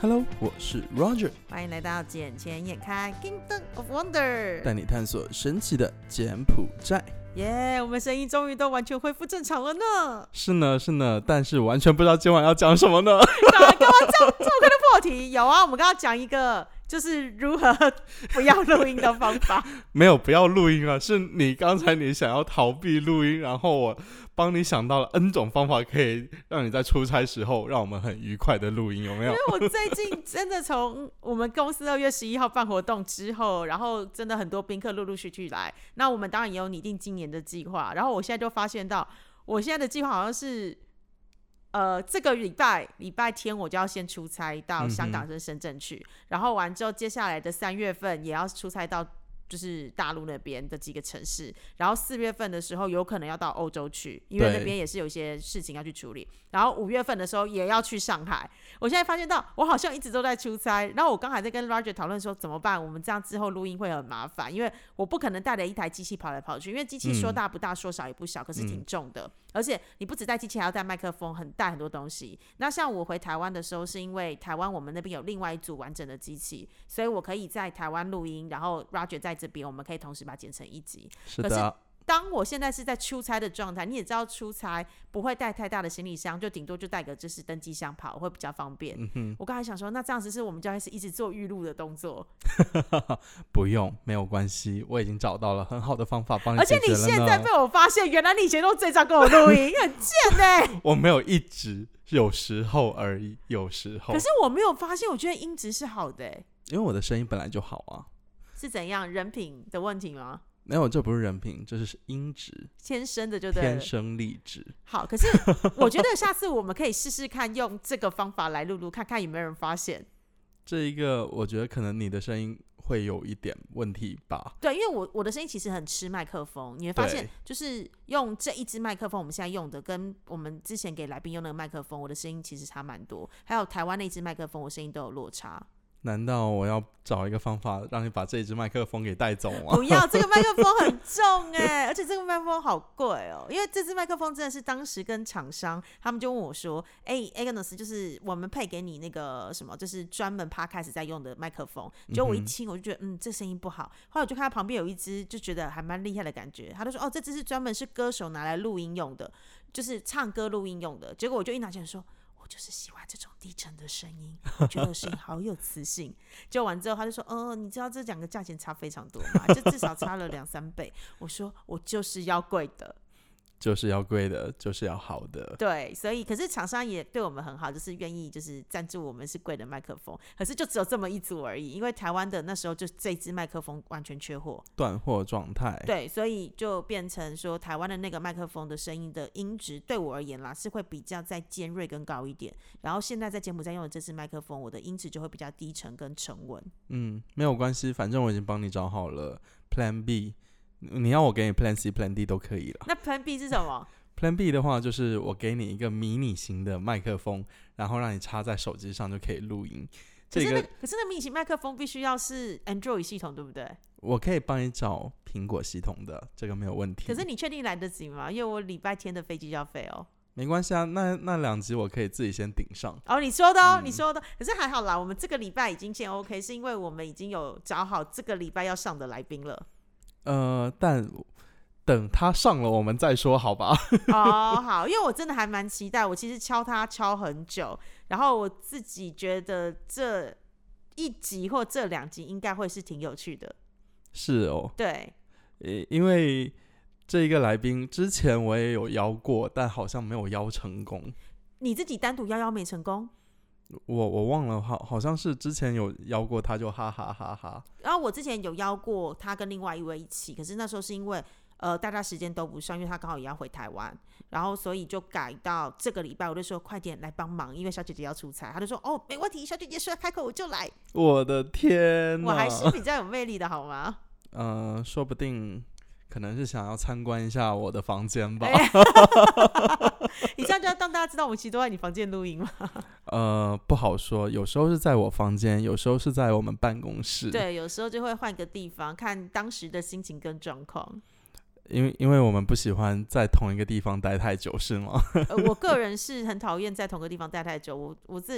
Hello， 我是 Roger， 欢迎来到眼前眼开 Kingdom of Wonder， 带你探索神奇的柬埔寨。 耶、我们声音终于都完全恢复正常了呢。 是呢，但是完全不知道今晚要讲什么呢。 干嘛这么快的破题？有啊，我们刚刚讲一个就是如何不要录音的方法。 没有不要录音啊，是你刚才你想要逃避录音，然后我帮你想到了 N 种方法，可以让你在出差时候让我们很愉快的录音，有没有？ 因为我最近真的从我们公司2月11号办活动之后，然后真的很多宾客陆陆续续来，那我们当然也有拟定今年的计划，然后我现在就发现到，我现在的计划好像是这个礼拜天我就要先出差到香港跟深圳去，然后完之后接下来的3月份也要出差到就是大陆那边的几个城市，然后4月份的时候有可能要到欧洲去，因为那边也是有一些事情要去处理，然后5月份的时候也要去上海。我现在发现到我好像一直都在出差，然后我刚才在跟 Roger 讨论说怎么办，我们这样之后录音会很麻烦，因为我不可能带着一台机器跑来跑去，因为机器说大不大说小也不小，可是挺重的，而且你不只带机器还要带麦克风，带很多东西。那像我回台湾的时候，是因为台湾我们那边有另外一组完整的机器，所以我可以在台湾录音，然后 Roger 在这边，我们可以同时把它剪成一集。 是的。 可是当我现在是在出差的状态，你也知道出差不会带太大的行李箱，就顶多就带个就是登机箱跑会比较方便。我刚才想说，那这样子是我们就开始一直做预录的动作。 不用，没有关系，我已经找到了很好的方法帮你解决了呢。 而且你现在被我发现，原来你以前都最常跟我录音，很贱欸。 我没有一直，有时候而已，有时候。 可是我没有发现，我觉得音质是好的欸。 因为我的声音本来就好啊。 是怎样，人品的问题吗？ 没有，这不是人品，这是音质， 天生的就对了， 天生丽质。 好，可是我觉得下次我们可以试试看，用这个方法来录录，看看有没有人发现。 这一个，我觉得可能你的声音会有一点问题吧。 对，因为我的声音其实很吃麦克风，你会发现，就是用这一支麦克风，我们现在用的跟我们之前给来宾用那个麦克风，我的声音其实差蛮多。还有台湾那支麦克风，我声音都有落差。 难道我要找一个方法让你把这支麦克风给带走吗？ 不要，这个麦克风很重而且这个麦克风好贵哦，因为这支麦克风真的是当时跟厂商他们就问我说，Agnes 就是我们配给你那个什么，就是专门 Podcast 在用的麦克风，就我一听我就觉得这声音不好，后来我就看他旁边有一支就觉得还蛮厉害的感觉，他就说这支是专门是歌手拿来录音用的，就是唱歌录音用的，结果我就一拿起来说，我就是喜欢这种低沉的声音，我觉得我声音好有磁性。就完之后，他就说，你知道这2个价钱差非常多吗？就至少差了2-3倍。我说，我就是要贵的。 就是要贵的，就是要好的。 对，所以可是厂商也对我们很好，就是愿意就是赞助我们是贵的麦克风，可是就只有这么一组而已，因为台湾的那时候就这支麦克风完全缺货， 断货状态。 对，所以就变成说台湾的那个麦克风的声音的音质对我而言啦是会比较再尖锐跟高一点，然后现在在柬埔寨用的这支麦克风，我的音质就会比较低沉跟沉稳。 没有关系，反正我已经帮你找好了 Plan B，你要我给你 Plan C、Plan D 都可以了。 那 Plan B 是什么 ？Plan B 的话，就是我给你一个迷你型的麦克风，然后让你插在手机上就可以录音。可是那迷你型麦克风必须要是 Android 系统，对不对？ 我可以帮你找苹果系统的，这个没有问题。 可是你确定来得及吗？因为我礼拜天的飞机要飞哦。 没关系啊，那2集我可以自己先顶上。 你说的你说的。可是还好啦，我们这个礼拜已经先 OK， 是因为我们已经有找好这个礼拜要上的来宾了。 但等他上了我们再说，好吧？ 好，因为我真的还蛮期待，我其实敲他敲很久，然后我自己觉得这1集或这2集应该会是挺有趣的。 是哦， 对， 因为这一个来宾之前我也有邀过，但好像没有邀成功。 你自己单独邀没成功？ 我忘了，好像是之前有邀过他，就哈哈哈哈。 然后我之前有邀过他跟另外一位一起，可是那时候是因为大家时间都不上，因为他刚好也要回台湾，然后所以就改到这个礼拜。我就说快点来帮忙，因为小姐姐要出差。他就说没问题，小姐姐说开口我就来。我的天哪，我还是比较有魅力的好吗？ 说不定可能是想要参观一下我的房间吧。 你这样就要让大家知道我们其实都在你房间录音吗？ 不好说，有时候是在我房间，有时候是在我们办公室。 对，有时候就会换个地方，看当时的心情跟状况。 因为我们不喜欢在同一个地方待太久，是吗？ 我个人是很讨厌在同个地方待太久。我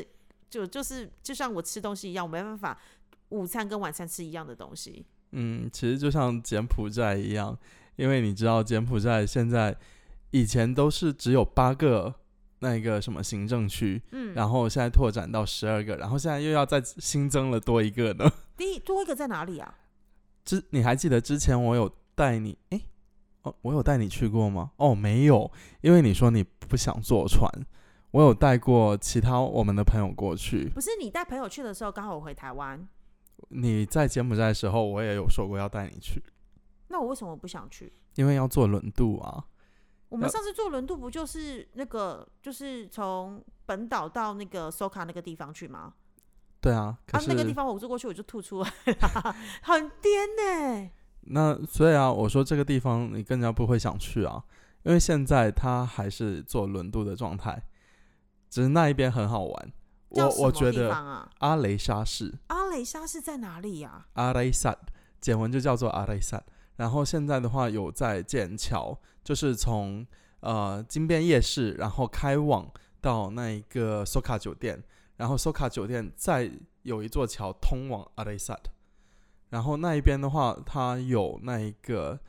就像我吃东西一样，我没办法午餐跟晚餐吃一样的东西。 其实就像柬埔寨一样，因为你知道柬埔寨现在以前都是只有8个那个什么行政区，然后现在拓展到12个，然后现在又要再新增了多一个呢。 多一个在哪里啊？ 你还记得之前我有带你我有带你去过吗？没有，因为你说你不想坐船。我有带过其他我们的朋友过去。 不是你带朋友去的时候，刚好我回台湾。 你在柬埔寨的时候，我也有说过要带你去。 那我为什么不想去？ 因为要坐轮渡啊。 我们上次坐轮渡不就是那个，就是从本岛到那个苏卡那个地方去吗？ 对啊，可是那个地方我坐过去我就吐出来了，很颠呢。 那所以啊，我说这个地方你更加不会想去啊，因为现在它还是坐轮渡的状态，只是那一边很好玩。我觉得阿雷沙市。 阿雷沙市在哪里啊？ 阿雷萨，简文就叫做阿雷萨。然后现在的话有在建桥，就是从金边夜市，然后开往到那一个苏卡酒店，然后苏卡酒店再有一座桥通往阿雷萨。然后那一边的话，它有那一个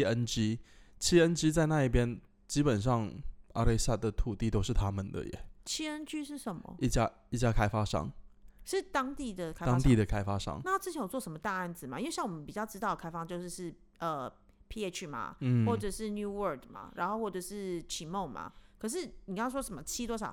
7NG 在那一边，基本上阿雷萨的土地都是他们的耶。 7NG 是什么？ 一家开发商， 是当地的开发商。 那之前有做什么大案子吗？因为像我们比较知道的开发商就是PH 嘛，或者是 New World 嘛，然后或者是启梦嘛。可是你刚刚说什么7多少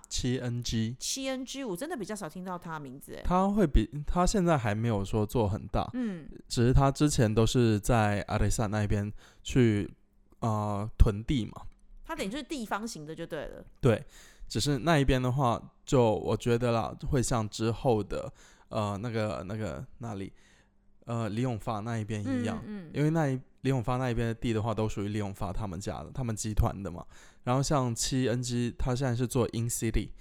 ？7NG 我真的比较少听到他的名字。 他现在还没有说做很大，只是他之前都是在阿雷萨那边去囤地嘛。 他等于就是地方型的就对了。 对。只是那一边的话，就我觉得啦，会像之后的那个哪里李永发那一边一样，因为李永发那一边的地的话，都属于李永发他们家的，他们集团的嘛。然后像7NG，他现在是做 ING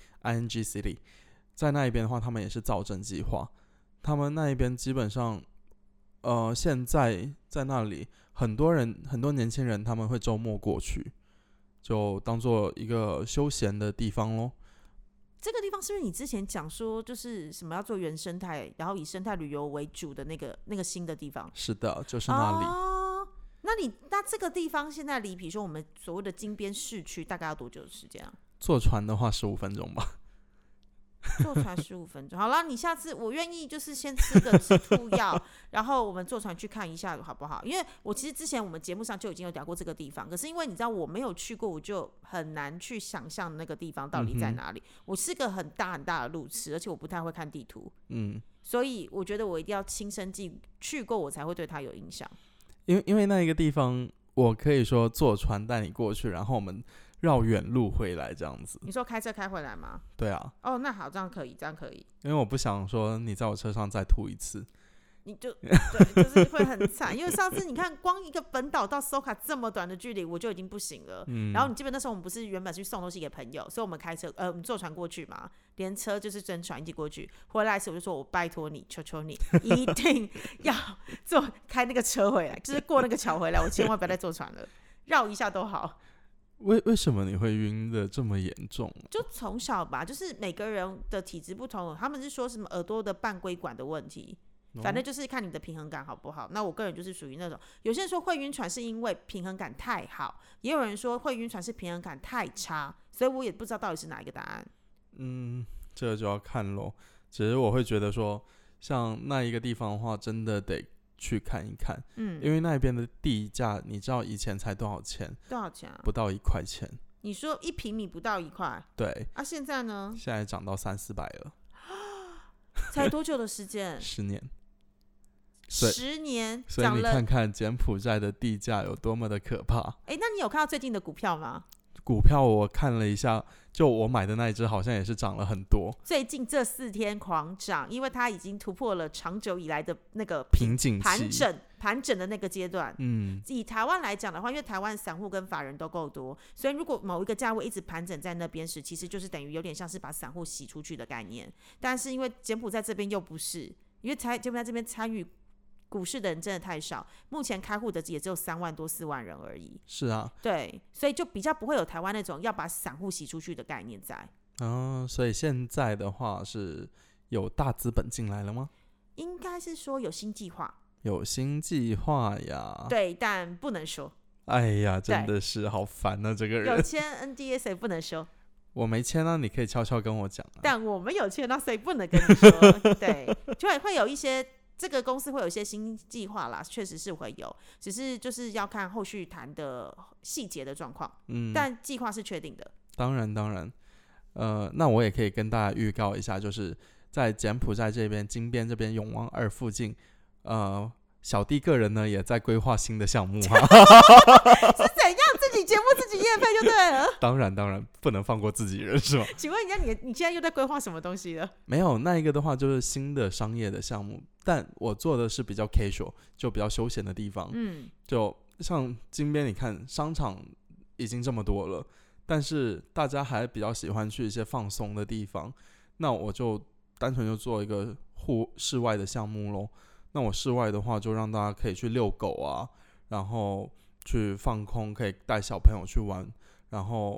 City， 在那一边的话，他们也是造镇计划。他们那一边基本上，现在在那里很多年轻人他们会周末过去。就当做一个休闲的地方咯。 这个地方是不是你之前讲说就是什么要做原生态，然后以生态旅游为主的那个新的地方？ 是的，就是那里。 那这个地方现在离比如说我们所谓的金边市区大概要多久的时间啊？ 坐船的话15分钟吧。 坐船15分钟，好了，你下次我愿意就是先吃个止吐药，然后我们坐船去看一下好不好？因为我其实之前我们节目上就已经有聊过这个地方，可是因为你知道我没有去过，我就很难去想象那个地方到底在哪里。我是个很大很大的路痴，而且我不太会看地图，所以我觉得我一定要亲身去过，我才会对它有印象。 因为那一个地方，我可以说坐船带你过去，然后我们绕远路回来这样子。 你说开车开回来吗？ 对啊。 那好，这样可以。 因为我不想说你在我车上再吐一次。 你就对，就是会很惨。因为上次你看，光一个本岛到苏卡这么短的距离，我就已经不行了。然后你记得那时候我们不是原本去送东西给朋友，所以我们开车，我们坐船过去嘛，连车就是真船一起过去。回来时我就说，我拜托你，求求你，一定要开那个车回来，就是过那个桥回来，我千万不要再坐船了，绕一下都好。 为什么你会晕的这么严重？ 就从小吧，就是每个人的体质不同，他们是说什么耳朵的半规管的问题。反正就是看你的平衡感好不好。那我个人就是属于那种，有些人说会晕船是因为平衡感太好，也有人说会晕船是平衡感太差，所以我也不知道到底是哪一个答案。 这个就要看咯。只是我会觉得说，像那一个地方的话，真的得去看一看。因为那边的地价，你知道以前才多少钱？ 多少钱啊？ 不到1块钱。 你说1平米不到1块？ 对。 现在呢？ 现在涨到300-400了。 才多久的时间 ？10年。 10年， 所以你看看柬埔寨的地价有多么的可怕。 那你有看到最近的股票吗？ 股票我看了一下，就我买的那一只好像也是涨了很多。 最近这4天狂涨，因为它已经突破了长久以来的那个瓶颈期盘整的那个阶段。以台湾来讲的话，因为台湾散户跟法人都够多，所以如果某一个价位一直盘整在那边时，其实就是等于有点像是把散户洗出去的概念。但是因为柬埔寨这边又不是，因为柬埔寨这边参与股市的人真的太少，目前开户的也只有3万多4万人而已。 是啊。 对，所以就比较不会有台湾那种要把散户洗出去的概念在。 所以现在的话是有大资本进来了吗？ 应该是说有新计划。 有新计划呀。 对，但不能说。 哎呀，真的是好烦啊，这个人。 有签 NDA 谁不能说？ 我没签啊，你可以悄悄跟我讲啊。 但我们有签到，谁不能跟你说？对，就会有一些这个公司会有一些新计划啦，确实是会有，只是就是要看后续谈的细节的状况。但计划是确定的。 当然，那我也可以跟大家预告一下，就是在柬埔寨这边、金边这边永旺2附近，小弟个人呢也在规划新的项目哈。 是怎样自己节目自己业配就对了？ 当然不能放过自己人是吗？ 请问一下你现在又在规划什么东西了？ 没有，那一个的话就是新的商业的项目，但我做的是比较 casual， 就比较休闲的地方。就像金边，你看商场已经这么多了，但是大家还比较喜欢去一些放松的地方，那我就单纯就做一个室外的项目咯。那我室外的话，就让大家可以去遛狗啊，然后去放空，可以带小朋友去玩，然后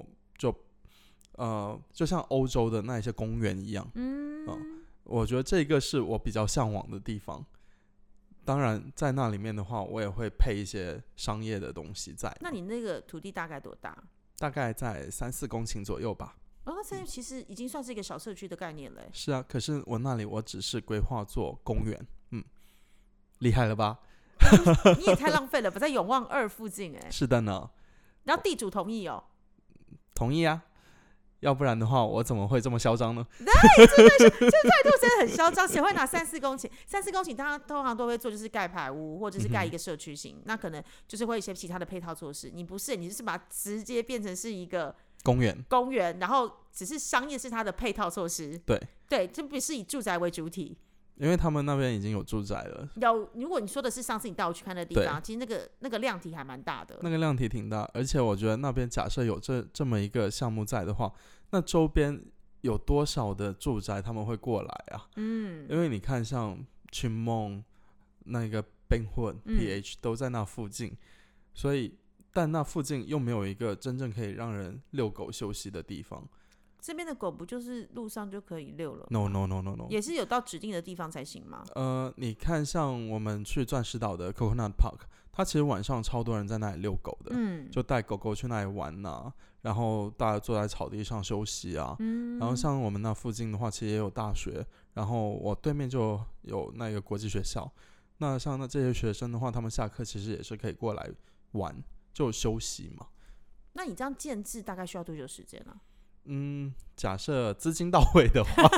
就像欧洲的那一些公园一样。我觉得这个是我比较向往的地方。当然，在那里面的话，我也会配一些商业的东西在。 那你那个土地大概多大？ 大概在3-4公顷左右吧。 那现在其实已经算是一个小社区的概念了。 是啊，可是我那里我只是规划做公园。厉害了吧？ 你也太浪费了吧，在永旺2附近是的呢。 然后地主同意哦？ 同意啊，要不然的话我怎么会这么嚣张呢？ 对，这态度真的很嚣张。谁会拿3-4公顷？3-4公顷大家通常都会做就是盖排屋或者是盖一个社区型，那可能就是会有一些其他的配套措施。你不是，你是把它直接变成是一个公园，然后只是商业是它的配套措施。对，这不是以住宅为主体。 因为他们那边已经有住宅了。 如果你说的是上次你带我去看的地方，其实那个量体还蛮大的。 那个量体挺大，而且我觉得那边假设有这么一个项目在的话，那周边有多少的住宅他们会过来啊？因为你看像群梦、那个 Benhut、PH 都在那附近，所以但那附近又没有一个真正可以让人遛狗休息的地方。 这边的狗不就是路上就可以遛了 ？No， 也是有到指定的地方才行吗？ 你看像我们去钻石岛的 Coconut Park， 它其实晚上超多人在那里遛狗的。就带狗狗去那里玩啊，然后大家坐在草地上休息啊。然后像我们那附近的话，其实也有大学，然后我对面就有那个国际学校。那像这些学生的话，他们下课其实也是可以过来玩，就休息嘛。 那你这样建制大概需要多久时间呢？ 假设资金到位的话，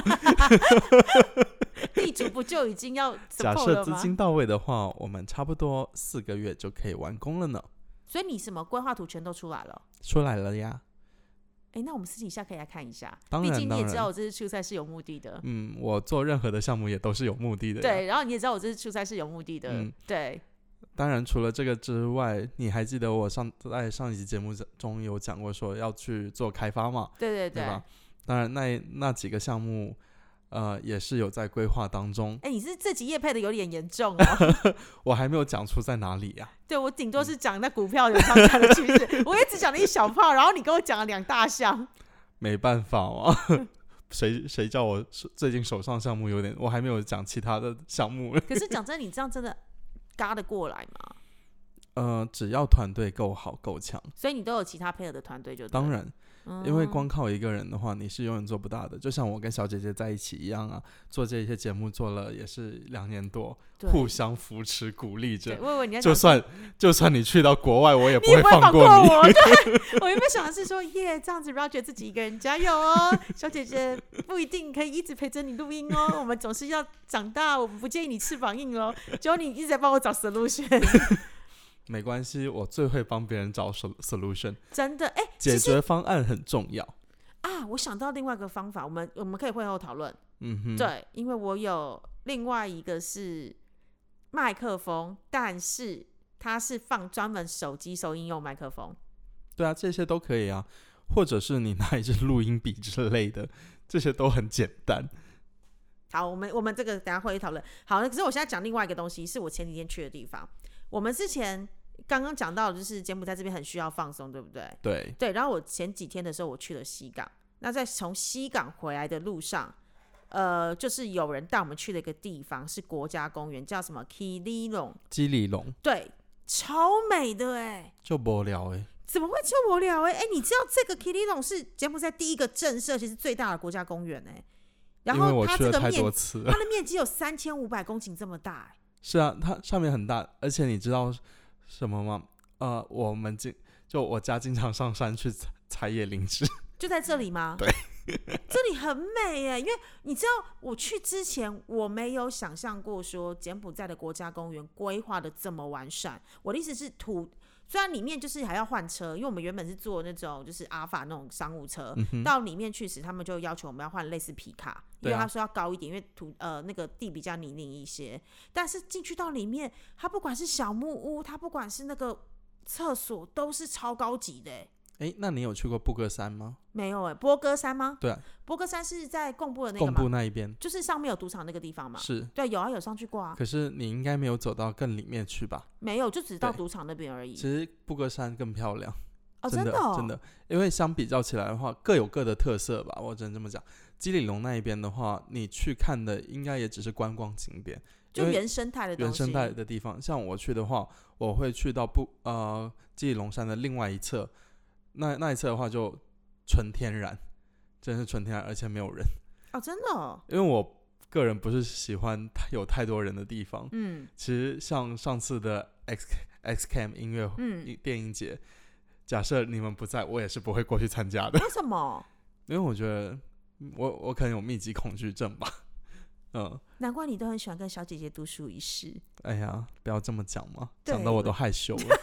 地主不就已经要 support 了吗？假设资金到位的话，我们差不多4个月就可以完工了呢。 所以你什么规划图全都出来了？ 出来了呀。 那我们私底下可以来看一下。 当然， 毕竟你也知道我这次出差是有目的的。 我做任何的项目也都是有目的的。 对，然后你也知道我这次出差是有目的的。对。 当然，除了这个之外，你还记得我在上一集节目中有讲过说要去做开发嘛？ 对吧？当然那几个项目，也是有在规划当中。 你是这集业配的有点严重哦。 我还没有讲出在哪里呀？ 对，我顶多是讲那股票有上涨的趋势，我也只讲了一小炮，然后你跟我讲了2大项。 没办法嘛。谁叫我最近手上项目有点，我还没有讲其他的项目。 可是讲真的，你这样真的嘎得过来吗？ 只要团队够好够强， 所以你都有其他配合的团队就对。 当然，因为光靠一个人的话，你是永远做不大的。就像我跟小姐姐在一起一样啊，做这些节目做了也是2年多，互相扶持鼓励着。就算你去到国外，我也不会放过你。 对，我原本想的是说，这样子 Roger 自己一个人加油哦，小姐姐不一定可以一直陪着你录音哦，我们总是要长大，我们不建议你翅膀硬哦。结果你一直在帮我找 solution。 没关系，我最会帮别人找 solution。 真的， 解决方案很重要啊！我想到另外一个方法，我们可以会后讨论。对，因为我有另外一个是麦克风，但是它是放专门手机收音用麦克风。 对啊，这些都可以啊，或者是你拿一支录音笔之类的，这些都很简单。 好，我们这个等一下会议讨论。好，可是我现在讲另外一个东西，是我前几天去的地方。我们之前刚刚讲到的就是柬埔寨这边很需要放松，对不对？ 对。 然后我前几天的时候我去了西港，那在从西港回来的路上， 就是有人带我们去的一个地方是国家公园，叫什么基里龙，对，超美的就无聊怎么会就无聊你知道这个基里龙是柬埔寨第一个震慑其实最大的国家公园然后它这个它的面积有3500公顷这么大是啊，它上面很大，而且你知道什么吗？我家经常上山去采野灵芝， 就在这里吗？ 对， 这里很美因为你知道我去之前我没有想象过说柬埔寨的国家公园规划的这么完善。我的意思是虽然里面就是还要换车，因为我们原本是坐那种就是阿法那种商务车，到里面去时他们就要求我们要换类似皮卡，因为他说要高一点，因为那个地比较泥泞一些。但是进去到里面，它不管是小木屋，它不管是那个厕所，都是超高级的那你有去过布格山吗？ 没有波哥山吗？ 对， 波哥山是在贡布的那个吗？ 贡布那一边， 就是上面有赌场那个地方嘛。 是， 对，有上去过可是你应该没有走到更里面去吧？ 没有，就只到赌场那边而已。 其实布格山更漂亮真的真的，因为相比较起来的话，各有各的特色吧，我只能这么讲。基里龙那一边的话，你去看的应该也只是观光景点， 就原生态的东西。 原生态的地方，像我去的话，我会去到基里龙山的另外一侧。那一侧的话就纯天然，真的是纯天然，而且没有人真的因为我个人不是喜欢有太多人的地方。其实像上次的 XCAM 音乐电影节，假设你们不在，我也是不会过去参加的。 为什么？ 因为我觉得我可能有密集恐惧症吧。 难怪你都很喜欢跟小姐姐独处一室。 哎呀，不要这么讲嘛，讲到我都害羞了。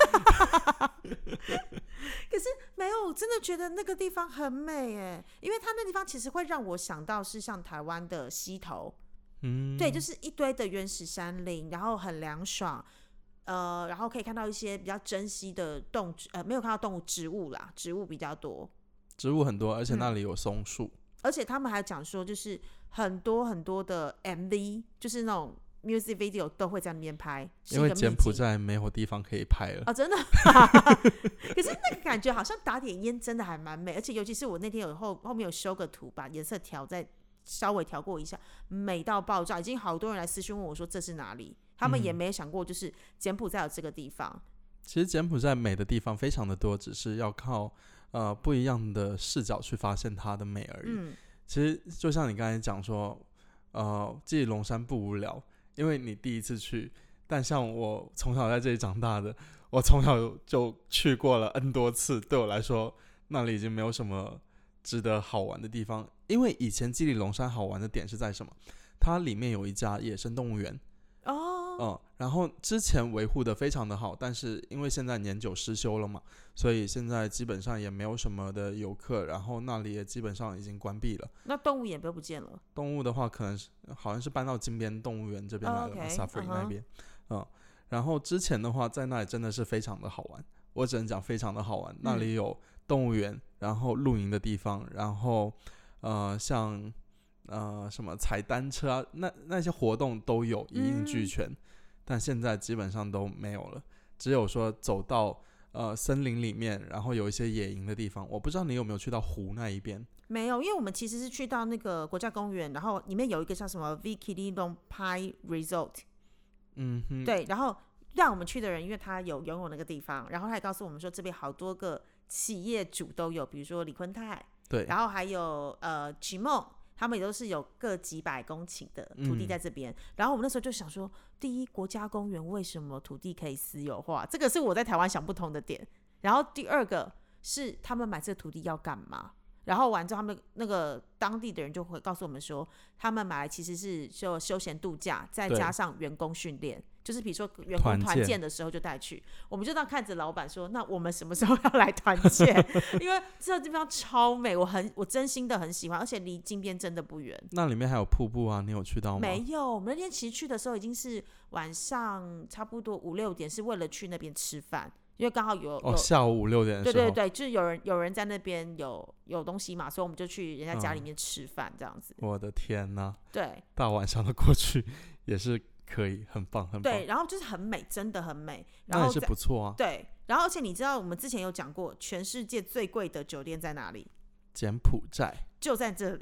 可是没有，我真的觉得那个地方很美因为它那地方其实会让我想到是像台湾的溪头。对，就是一堆的原始山林，然后很凉爽，然后可以看到一些比较珍稀的没有看到动物，植物啦，植物比较多， 植物很多，而且那里有松树。 而且他们还讲说，就是很多很多的 MV， 就是那种 music video 都会在那边拍， 因为柬埔寨没有地方可以拍了真的可是那个感觉好像打点烟真的还蛮美，而且尤其是我那天后面有修个图，把颜色稍微调过一下，美到爆炸。已经好多人来私讯问我说这是哪里，他们也没有想过就是柬埔寨有这个地方。 其实柬埔寨美的地方非常的多，只是要靠不一样的视角去发现它的美而已。其实就像你刚才讲说基里龙山不无聊，因为你第一次去，但像我从小在这里长大的，我从小就去过了 N 多次，对我来说那里已经没有什么值得好玩的地方。因为以前基里龙山好玩的点是在什么？它里面有一家野生动物园然后之前维护的非常的好，但是因为现在年久失修了嘛，所以现在基本上也没有什么的游客，然后那里也基本上已经关闭了。 那动物园不见了？ 动物的话可能好像是搬到金边动物园这边来了Safari 那边然后之前的话在那里真的是非常的好玩，我只能讲非常的好玩。那里有动物园，然后露营的地方，然后像什么踩单车啊，那些活动都有，一应俱全。但现在基本上都没有了，只有说走到森林里面，然后有一些野营的地方。我不知道你有没有去到湖那一边？ 没有，因为我们其实是去到那个国家公园，然后里面有一个叫什么 Vikili Long Pai Resort。对，然后让我们去的人，因为他有游泳那个地方，然后他也告诉我们说这边好多个企业主都有，比如说李坤泰， 对， 然后还有曲梦。他们也都是有各几百公顷的土地在这边，然后我们那时候就想说，第一，国家公园为什么土地可以私有化？这个是我在台湾想不通的点。然后第二个是他们买这个土地要干嘛？然后完之后，他们那个当地的人就会告诉我们说，他们买来其实是就休闲度假，再加上员工训练，就是比如说员工团建的时候就带去。我们就这样看着老板说，那我们什么时候要来团建？因为这个地方超美，我真心的很喜欢，而且离金边真的不远。 那里面还有瀑布啊，你有去到吗？ 没有，我们那天其实去的时候已经是晚上差不多5、6点，是为了去那边吃饭。因为刚好有下午5、6点的时候， 对，就是有人在那边有东西嘛，所以我们就去人家家里面吃饭这样子。 我的天哪！ 对， 大晚上的过去也是可以，很棒很棒。 对，然后就是很美，真的很美。然后那也是不错啊。 对，然后而且你知道我们之前有讲过，全世界最贵的酒店在哪里？ 柬埔寨。 就在这里。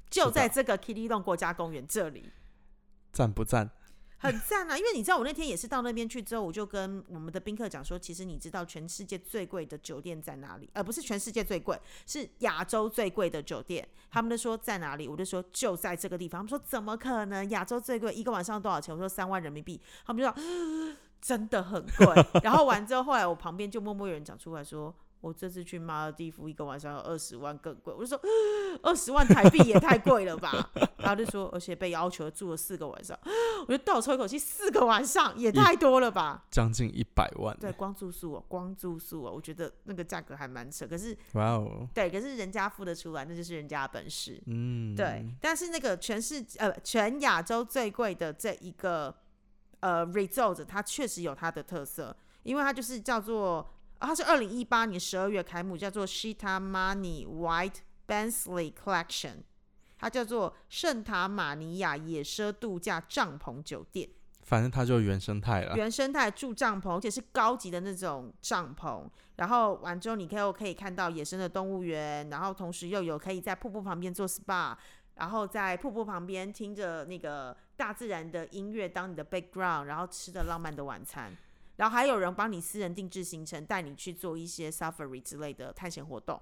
就在这个 Keelung 国家公园这里。 赞不赞？ 很赞啊！因为你知道我那天也是到那边去之后，我就跟我们的宾客讲说，其实你知道全世界最贵的酒店在哪里？不是全世界最贵，是亚洲最贵的酒店。他们就说在哪里？我就说就在这个地方。他们说怎么可能？亚洲最贵一个晚上多少钱？我说3万人民币。他们就说真的很贵。然后完之后，后来我旁边就默默有人讲出来说，我这次去马尔地夫一个晚上有20万更贵。我就说20万台币也太贵了吧。然后就说而且被要求住了4个晚上。我就倒抽一口气，4个晚上也太多了吧， 将近100万。 对，光住宿哦，我觉得那个价格还蛮扯。可是哇哦， 对，可是人家付得出来，那就是人家的本事。对。但是那个全亚洲最贵的这一个resort， 它确实有它的特色，因为它就是叫做它是2018年12月开幕，叫做 Shitamani White Bensley Collection。它叫做圣塔玛尼亚野奢度假帐篷酒店， 反正它就原生态了， 原生态住帐篷，而且是高级的那种帐篷。然后完之后，你可以看到野生的动物园，然后同时又有可以在瀑布旁边做 SPA， 然后在瀑布旁边听着那个大自然的音乐当你的 background， 然后吃着浪漫的晚餐，然后还有人帮你私人定制行程，带你去做一些 safari 之类的探险活动。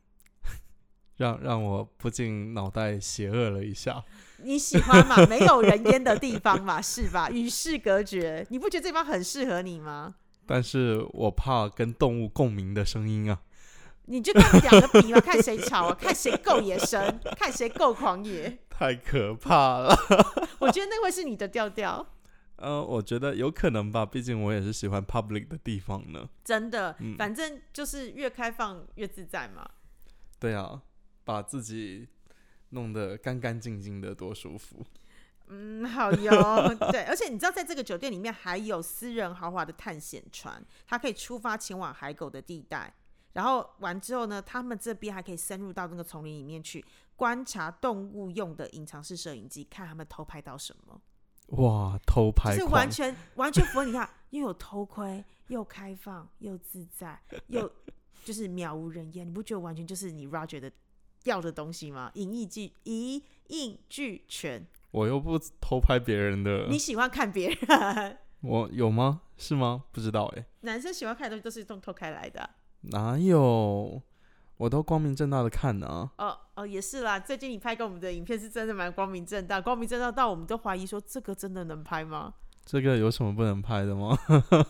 让我不禁脑袋邪恶了一下。 你喜欢嘛？没有人烟的地方嘛，是吧？与世隔绝，你不觉得这地方很适合你吗？ 但是我怕跟动物共鸣的声音啊。 你就看2个比嘛，看谁吵啊，看谁够野生，看谁够狂野。 太可怕了。 我觉得那会是你的调调。 我觉得有可能吧，毕竟我也是喜欢 public 的地方呢。 真的，反正就是越开放越自在嘛。 对啊。把自己弄得干干净净的多舒服。 好哟。对，而且你知道在这个酒店里面还有私人豪华的探险船，它可以出发前往海狗的地带，然后完之后呢，他们这边还可以深入到那个丛林里面去观察动物用的隐藏式摄影机，看他们偷拍到什么。 哇，偷拍就是完全符合你看，又有偷俱又开放又自在又就是渺无人烟，你不觉得完全就是你 Roger 的要的东西吗？一应俱全。我又不偷拍别人的。 你喜欢看别人？ 我有吗？是吗？不知道欸。 男生喜欢看的东西都是偷开来的。 哪有？我都光明正大的看呢。 也是啦。最近你拍给我们的影片是真的蛮光明正大，光明正大到我们都怀疑说这个真的能拍吗？ 这个有什么不能拍的吗？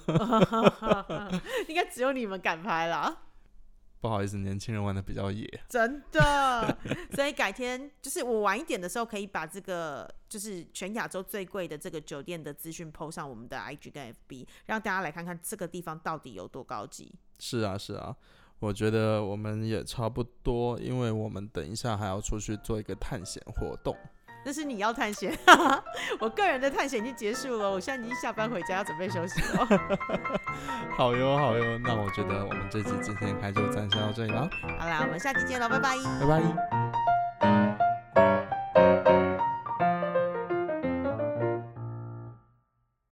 应该只有你们敢拍啦。 不好意思，年轻人玩的比较野， 真的。所以改天就是我晚一点的时候，可以把这个就是全亚洲最贵的这个酒店的资讯 po 上我们的 IG 跟 FB， 让大家来看看这个地方到底有多高级。 是啊，我觉得我们也差不多，因为我们等一下还要出去做一个探险活动。 那是你要探险。我个人的探险已经结束了，我现在已经下班回家要准备休息了。 好哟，那我觉得我们这集今天开就暂时到这里了。 好啦，我们下期见了，拜拜。 拜拜。